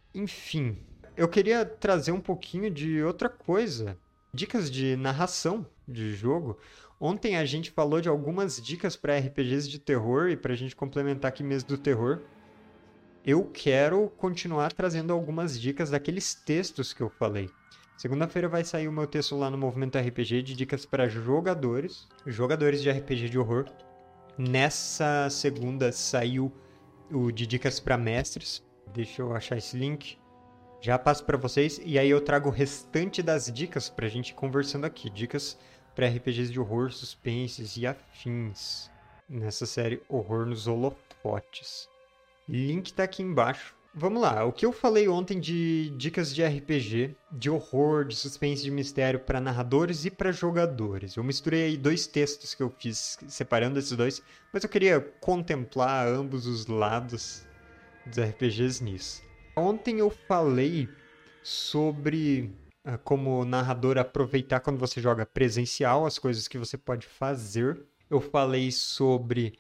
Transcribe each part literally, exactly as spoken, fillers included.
Enfim, eu queria trazer um pouquinho de outra coisa. Dicas de narração de jogo. Ontem a gente falou de algumas dicas para R P Gs de terror e para a gente complementar aqui mesmo do terror. Eu quero continuar trazendo algumas dicas daqueles textos que eu falei. Segunda-feira vai sair o meu texto lá no Movimento R P G de dicas para jogadores, jogadores de R P G de horror. Nessa segunda saiu o de dicas para mestres. Deixa eu achar esse link. Já passo para vocês e aí eu trago o restante das dicas para a gente ir conversando aqui. Dicas para R P Gs de horror, suspenses e afins. Nessa série Horror nos Holofotes. Link tá aqui embaixo. Vamos lá, o que eu falei ontem de dicas de R P G, de horror, de suspense, de mistério para narradores e para jogadores. Eu misturei aí dois textos que eu fiz separando esses dois, mas eu queria contemplar ambos os lados dos R P Gs nisso. Ontem eu falei sobre uh, como narrador aproveitar quando você joga presencial, as coisas que você pode fazer. Eu falei sobre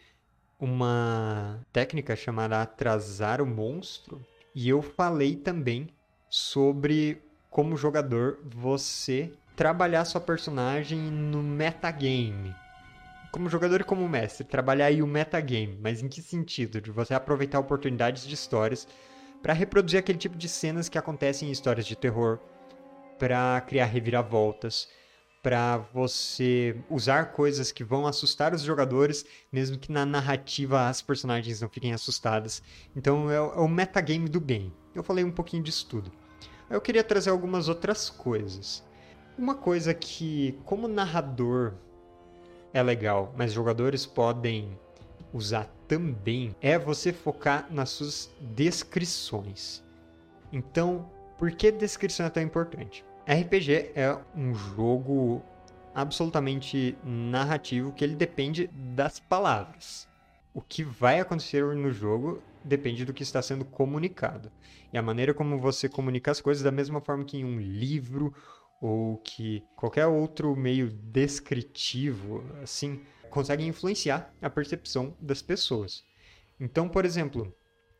uma técnica chamada atrasar o monstro. E eu falei também sobre como jogador você trabalhar sua personagem no metagame. Como jogador e como mestre, trabalhar aí o metagame, mas em que sentido? De você aproveitar oportunidades de histórias para reproduzir aquele tipo de cenas que acontecem em histórias de terror, para criar reviravoltas, para você usar coisas que vão assustar os jogadores, mesmo que na narrativa as personagens não fiquem assustadas. Então é o metagame do game. Eu falei um pouquinho disso tudo. Eu queria trazer algumas outras coisas. Uma coisa que, como narrador, é legal, mas jogadores podem usar também, é você focar nas suas descrições. Então, por que descrição é tão importante? R P G é um jogo absolutamente narrativo que ele depende das palavras. O que vai acontecer no jogo depende do que está sendo comunicado. E a maneira como você comunica as coisas, da mesma forma que em um livro ou que qualquer outro meio descritivo, assim, consegue influenciar a percepção das pessoas. Então, por exemplo,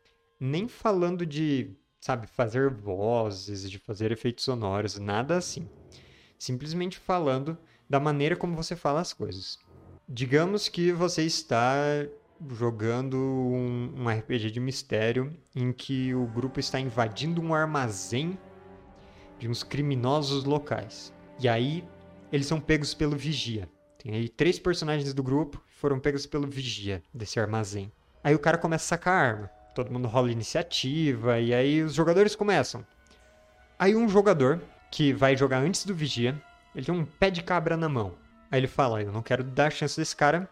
nem falando de, sabe, fazer vozes, de fazer efeitos sonoros, nada assim. Simplesmente falando da maneira como você fala as coisas. Digamos que você está jogando um, um R P G de mistério em que o grupo está invadindo um armazém de uns criminosos locais. E aí eles são pegos pelo vigia. Tem aí três personagens do grupo que foram pegos pelo vigia desse armazém. Aí o cara começa a sacar a arma. Todo mundo rola iniciativa e aí os jogadores começam. Aí um jogador que vai jogar antes do vigia, ele tem um pé de cabra na mão. Aí ele fala, eu não quero dar a chance desse cara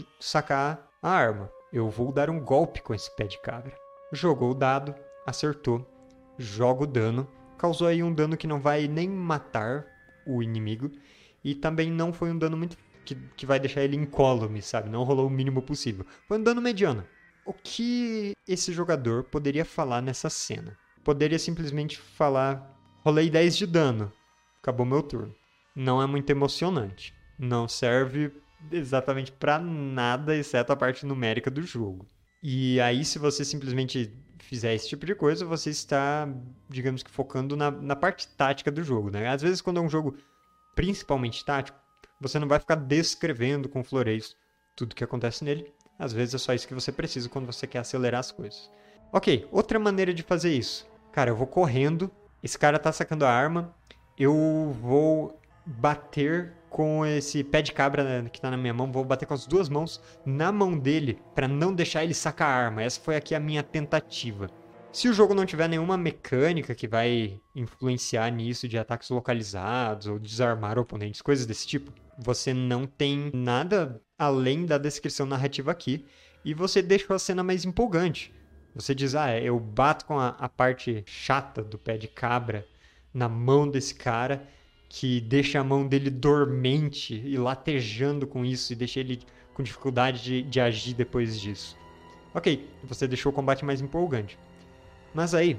sacar a arma. Eu vou dar um golpe com esse pé de cabra. Jogou o dado, acertou, joga o dano. Causou aí um dano que não vai nem matar o inimigo. E também não foi um dano muito que, que vai deixar ele incólume, sabe? Não rolou o mínimo possível. Foi um dano mediano. O que esse jogador poderia falar nessa cena? Poderia simplesmente falar, rolei dez de dano, acabou meu turno. Não é muito emocionante. Não serve exatamente pra nada, exceto a parte numérica do jogo. E aí, se você simplesmente fizer esse tipo de coisa, você está, digamos que, focando na, na parte tática do jogo, né? Às vezes, quando é um jogo principalmente tático, você não vai ficar descrevendo com floreios tudo que acontece nele. Às vezes é só isso que você precisa quando você quer acelerar as coisas. Ok, outra maneira de fazer isso. Cara, eu vou correndo, esse cara tá sacando a arma, eu vou bater com esse pé de cabra que tá na minha mão, vou bater com as duas mãos na mão dele para não deixar ele sacar a arma. Essa foi aqui a minha tentativa. Se o jogo não tiver nenhuma mecânica que vai influenciar nisso de ataques localizados ou desarmar oponentes, coisas desse tipo, você não tem nada além da descrição narrativa aqui e você deixa a cena mais empolgante. Você diz, ah, eu bato com a, a parte chata do pé de cabra na mão desse cara que deixa a mão dele dormente e latejando com isso e deixa ele com dificuldade de, de agir depois disso. Ok, você deixou o combate mais empolgante. Mas aí,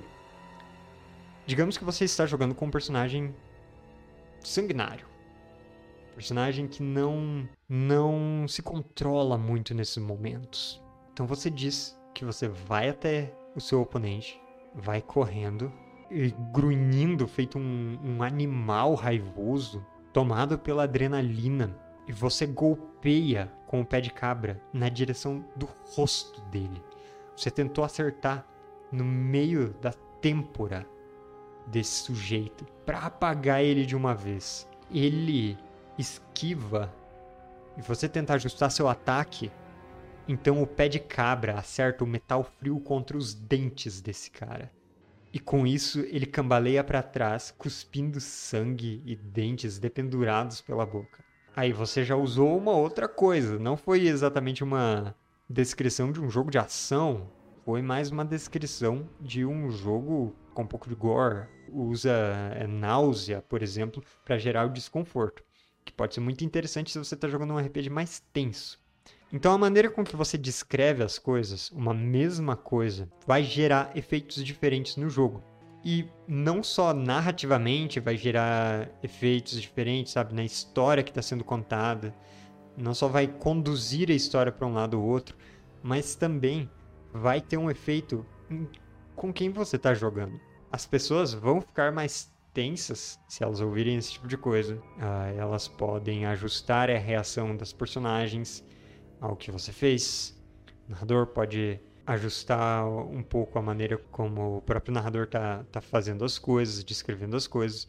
digamos que você está jogando com um personagem sanguinário. Personagem que não, não se controla muito nesses momentos. Então você diz que você vai até o seu oponente, vai correndo grunhindo, feito um, um animal raivoso, tomado pela adrenalina, e você golpeia com o pé de cabra na direção do rosto dele. Você tentou acertar no meio da têmpora desse sujeito para apagar ele de uma vez. Ele esquiva e você tenta ajustar seu ataque, então o pé de cabra acerta o metal frio contra os dentes desse cara. E com isso ele cambaleia para trás, cuspindo sangue e dentes dependurados pela boca. Aí você já usou uma outra coisa, não foi exatamente uma descrição de um jogo de ação, foi mais uma descrição de um jogo com um pouco de gore. Usa é, náusea, por exemplo, para gerar o desconforto, que pode ser muito interessante se você está jogando um R P G mais tenso. Então a maneira com que você descreve as coisas, uma mesma coisa, vai gerar efeitos diferentes no jogo. E não só narrativamente vai gerar efeitos diferentes, sabe, na história que está sendo contada, não só vai conduzir a história para um lado ou outro, mas também vai ter um efeito com quem você está jogando. As pessoas vão ficar mais tensas se elas ouvirem esse tipo de coisa. Ah, elas podem ajustar a reação das personagens ao que você fez. O narrador pode ajustar um pouco a maneira como o próprio narrador está tá fazendo as coisas, descrevendo as coisas.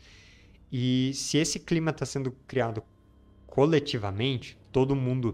E se esse clima está sendo criado coletivamente, todo mundo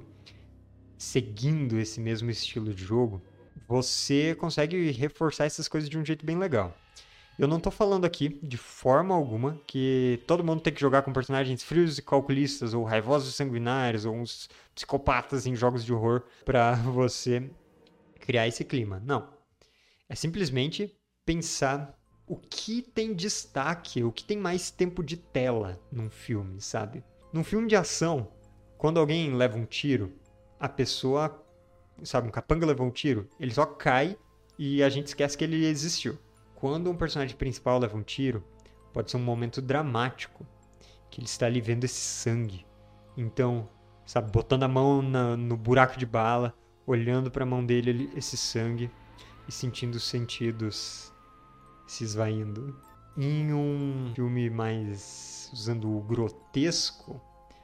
seguindo esse mesmo estilo de jogo, você consegue reforçar essas coisas de um jeito bem legal. Eu não estou falando aqui, de forma alguma, que todo mundo tem que jogar com personagens frios e calculistas, ou raivosos e sanguinários, ou uns psicopatas em jogos de horror, para você criar esse clima. Não. É simplesmente pensar o que tem destaque, o que tem mais tempo de tela num filme, sabe? Num filme de ação, quando alguém leva um tiro, a pessoa, sabe, um capanga levou um tiro, ele só cai e a gente esquece que ele existiu. Quando um personagem principal leva um tiro, pode ser um momento dramático, que ele está ali vendo esse sangue. Então, sabe, botando a mão na, no buraco de bala, olhando para a mão dele esse sangue e sentindo os sentidos se esvaindo. Em um filme mais usando o grotesco,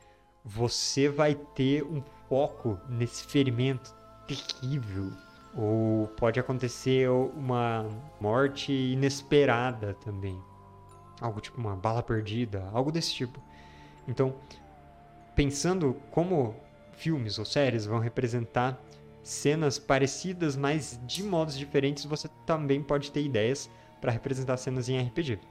você vai ter um foco nesse ferimento terrível. Ou pode acontecer uma morte inesperada também. Algo tipo uma bala perdida, algo desse tipo. Então, pensando como filmes ou séries vão representar cenas parecidas, mas de modos diferentes, você também pode ter ideias para representar cenas em R P G.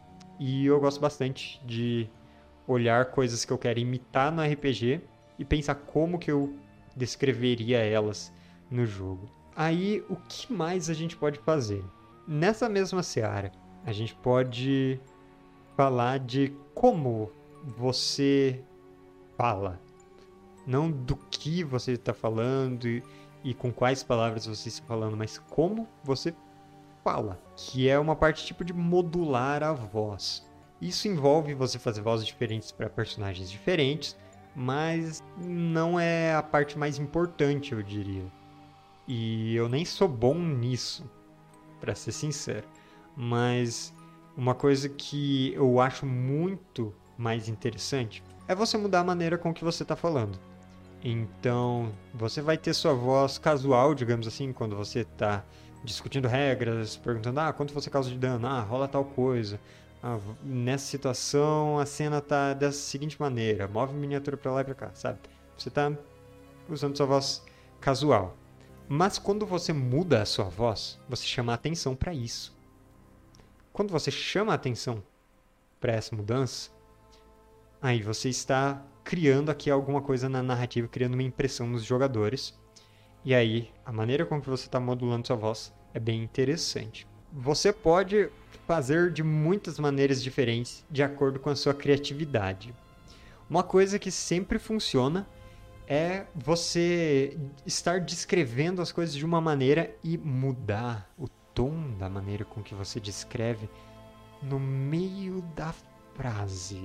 E eu gosto bastante de olhar coisas que eu quero imitar no R P G e pensar como que eu descreveria elas no jogo. Aí, o que mais a gente pode fazer? Nessa mesma seara, a gente pode falar de como você fala. Não do que você está falando e, e com quais palavras você está falando, mas como você fala. Que é uma parte tipo de modular a voz. Isso envolve você fazer vozes diferentes para personagens diferentes, mas não é a parte mais importante, eu diria. E eu nem sou bom nisso, para ser sincero. Mas uma coisa que eu acho muito mais interessante é você mudar a maneira com que você está falando. Então, você vai ter sua voz casual, digamos assim, quando você está discutindo regras, perguntando, ah, quanto você causa de dano? Ah, rola tal coisa. Ah, nessa situação, a cena tá dessa seguinte maneira. Move a miniatura para lá e para cá, sabe? Você está usando sua voz casual. Mas quando você muda a sua voz, você chama a atenção para isso. Quando você chama a atenção para essa mudança, aí você está criando aqui alguma coisa na narrativa, criando uma impressão nos jogadores. E aí, a maneira com que você está modulando sua voz é bem interessante. Você pode fazer de muitas maneiras diferentes, de acordo com a sua criatividade. Uma coisa que sempre funciona é você estar descrevendo as coisas de uma maneira e mudar o tom da maneira com que você descreve no meio da frase.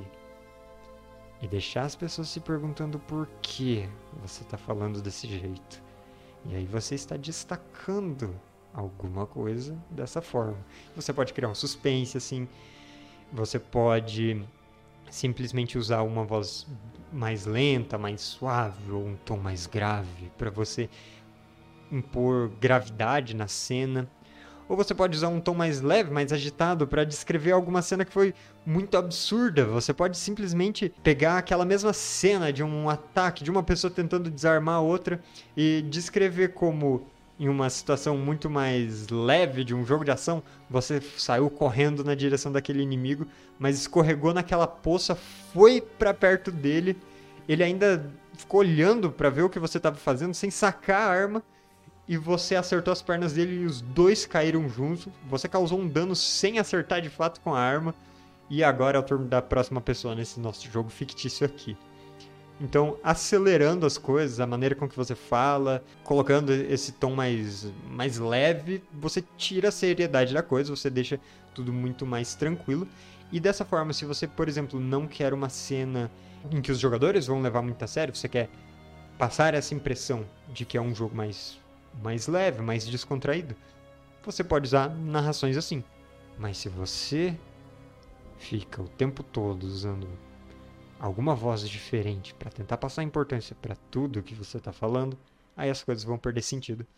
E deixar as pessoas se perguntando por que você está falando desse jeito. E aí você está destacando alguma coisa dessa forma. Você pode criar um suspense, assim. Você pode simplesmente usar uma voz mais lenta, mais suave, ou um tom mais grave, para você impor gravidade na cena. Ou você pode usar um tom mais leve, mais agitado, para descrever alguma cena que foi muito absurda. Você pode simplesmente pegar aquela mesma cena de um ataque, de uma pessoa tentando desarmar a outra, e descrever como, em uma situação muito mais leve de um jogo de ação, você saiu correndo na direção daquele inimigo, mas escorregou naquela poça, foi para perto dele, ele ainda ficou olhando para ver o que você estava fazendo, sem sacar a arma, e você acertou as pernas dele e os dois caíram juntos. Você causou um dano sem acertar de fato com a arma. E agora é o turno da próxima pessoa nesse nosso jogo fictício aqui. Então, acelerando as coisas, a maneira com que você fala, colocando esse tom mais, mais leve, você tira a seriedade da coisa, você deixa tudo muito mais tranquilo. E dessa forma, se você, por exemplo, não quer uma cena em que os jogadores vão levar muito a sério, você quer passar essa impressão de que é um jogo mais... mais leve, mais descontraído, você pode usar narrações assim. Mas se você fica o tempo todo usando alguma voz diferente para tentar passar importância para tudo que você está falando, aí as coisas vão perder sentido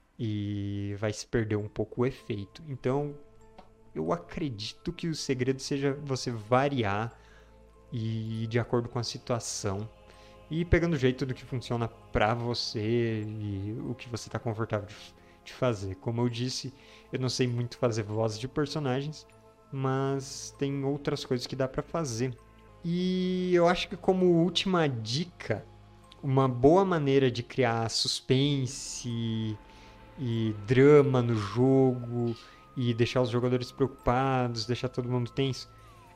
e vai se perder um pouco o efeito. Então, eu acredito que o segredo seja você variar e de acordo com a situação, e pegando o jeito do que funciona pra você e o que você tá confortável de, de fazer. Como eu disse, eu não sei muito fazer vozes de personagens, mas tem outras coisas que dá pra fazer. E eu acho que como última dica, uma boa maneira de criar suspense e, e drama no jogo e deixar os jogadores preocupados, deixar todo mundo tenso,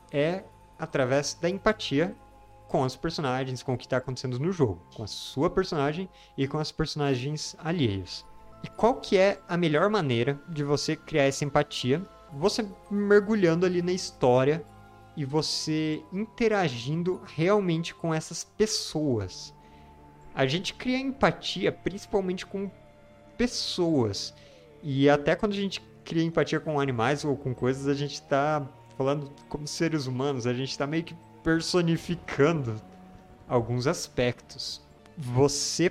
é através da empatia com os personagens, com o que está acontecendo no jogo, com a sua personagem e com os personagens alheios. E qual que é a melhor maneira de você criar essa empatia? Você mergulhando ali na história e você interagindo realmente com essas pessoas. A gente cria empatia principalmente com pessoas. E até quando a gente cria empatia com animais ou com coisas, a gente está falando como seres humanos, a gente está meio que personificando alguns aspectos. Você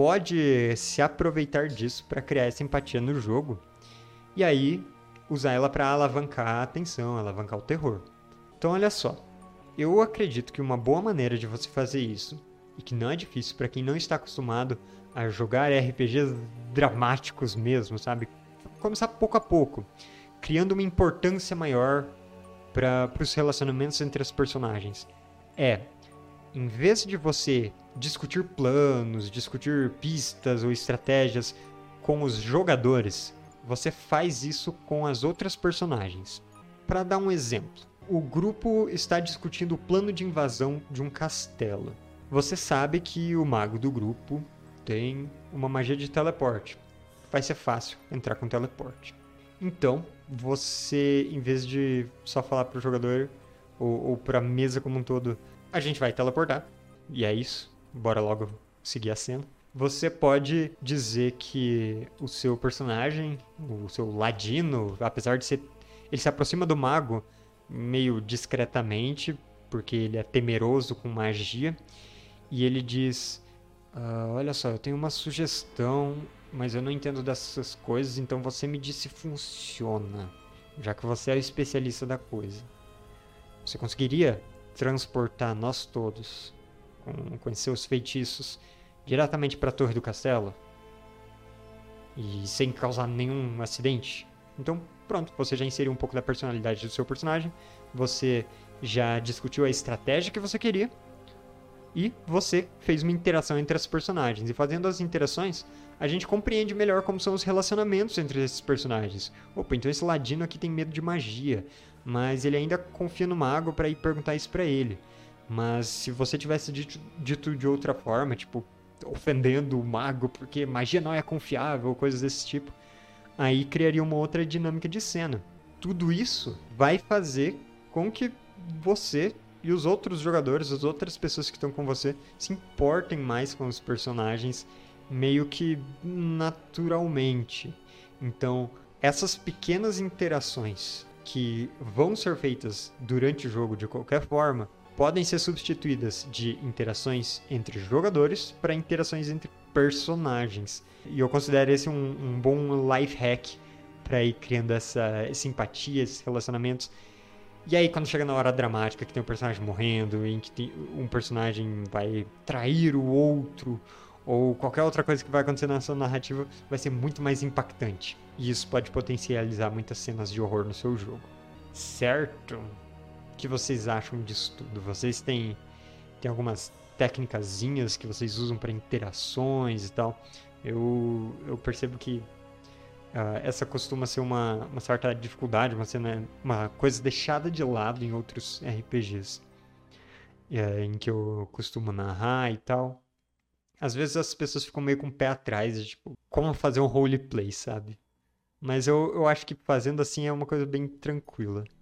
pode se aproveitar disso para criar essa empatia no jogo e aí usar ela para alavancar a atenção, alavancar o terror. Então olha só, eu acredito que uma boa maneira de você fazer isso, e que não é difícil para quem não está acostumado a jogar R P Gs dramáticos mesmo, sabe? Começar pouco a pouco, criando uma importância maior para os relacionamentos entre os personagens. É, em vez de você discutir planos, discutir pistas ou estratégias com os jogadores, você faz isso com as outras personagens. Para dar um exemplo, o grupo está discutindo o plano de invasão de um castelo. Você sabe que o mago do grupo tem uma magia de teleporte. Vai ser fácil entrar com teleporte. Então, você, em vez de só falar para o jogador ou, ou para a mesa como um todo, a gente vai teleportar, e é isso, bora logo seguir a cena. Você pode dizer que o seu personagem, o seu ladino, apesar de ser... ele se aproxima do mago meio discretamente, porque ele é temeroso com magia, e ele diz... Ah, olha só, eu tenho uma sugestão, mas eu não entendo dessas coisas, então você me diz se funciona, já que você é o especialista da coisa. Você conseguiria transportar nós todos, com, com seus feitiços, diretamente para a torre do castelo? E sem causar nenhum acidente? Então, pronto, você já inseriu um pouco da personalidade do seu personagem, você já discutiu a estratégia que você queria, e você fez uma interação entre as personagens. E fazendo as interações, a gente compreende melhor como são os relacionamentos entre esses personagens. Opa, então esse ladino aqui tem medo de magia, mas ele ainda confia no mago para ir perguntar isso para ele. Mas se você tivesse dito, dito de outra forma, tipo, ofendendo o mago porque magia não é confiável, coisas desse tipo, aí criaria uma outra dinâmica de cena. Tudo isso vai fazer com que você e os outros jogadores, as outras pessoas que estão com você, se importem mais com os personagens, meio que naturalmente. Então, essas pequenas interações que vão ser feitas durante o jogo de qualquer forma, podem ser substituídas de interações entre jogadores para interações entre personagens. E eu considero esse um, um bom life hack para ir criando essa simpatia, esses relacionamentos. E aí, quando chega na hora dramática, que tem um personagem morrendo, em que tem, um personagem vai trair o outro, ou qualquer outra coisa que vai acontecer na sua narrativa, vai ser muito mais impactante. E isso pode potencializar muitas cenas de horror no seu jogo. Certo? O que vocês acham disso tudo? Vocês têm, têm algumas técnicazinhas que vocês usam para interações e tal? Eu, eu percebo que uh, essa costuma ser uma, uma certa dificuldade, uma, cena, uma coisa deixada de lado em outros R P Gs, é, em que eu costumo narrar e tal. Às vezes as pessoas ficam meio com o pé atrás, de, tipo, como fazer um roleplay, sabe? Mas eu, eu acho que fazendo assim é uma coisa bem tranquila.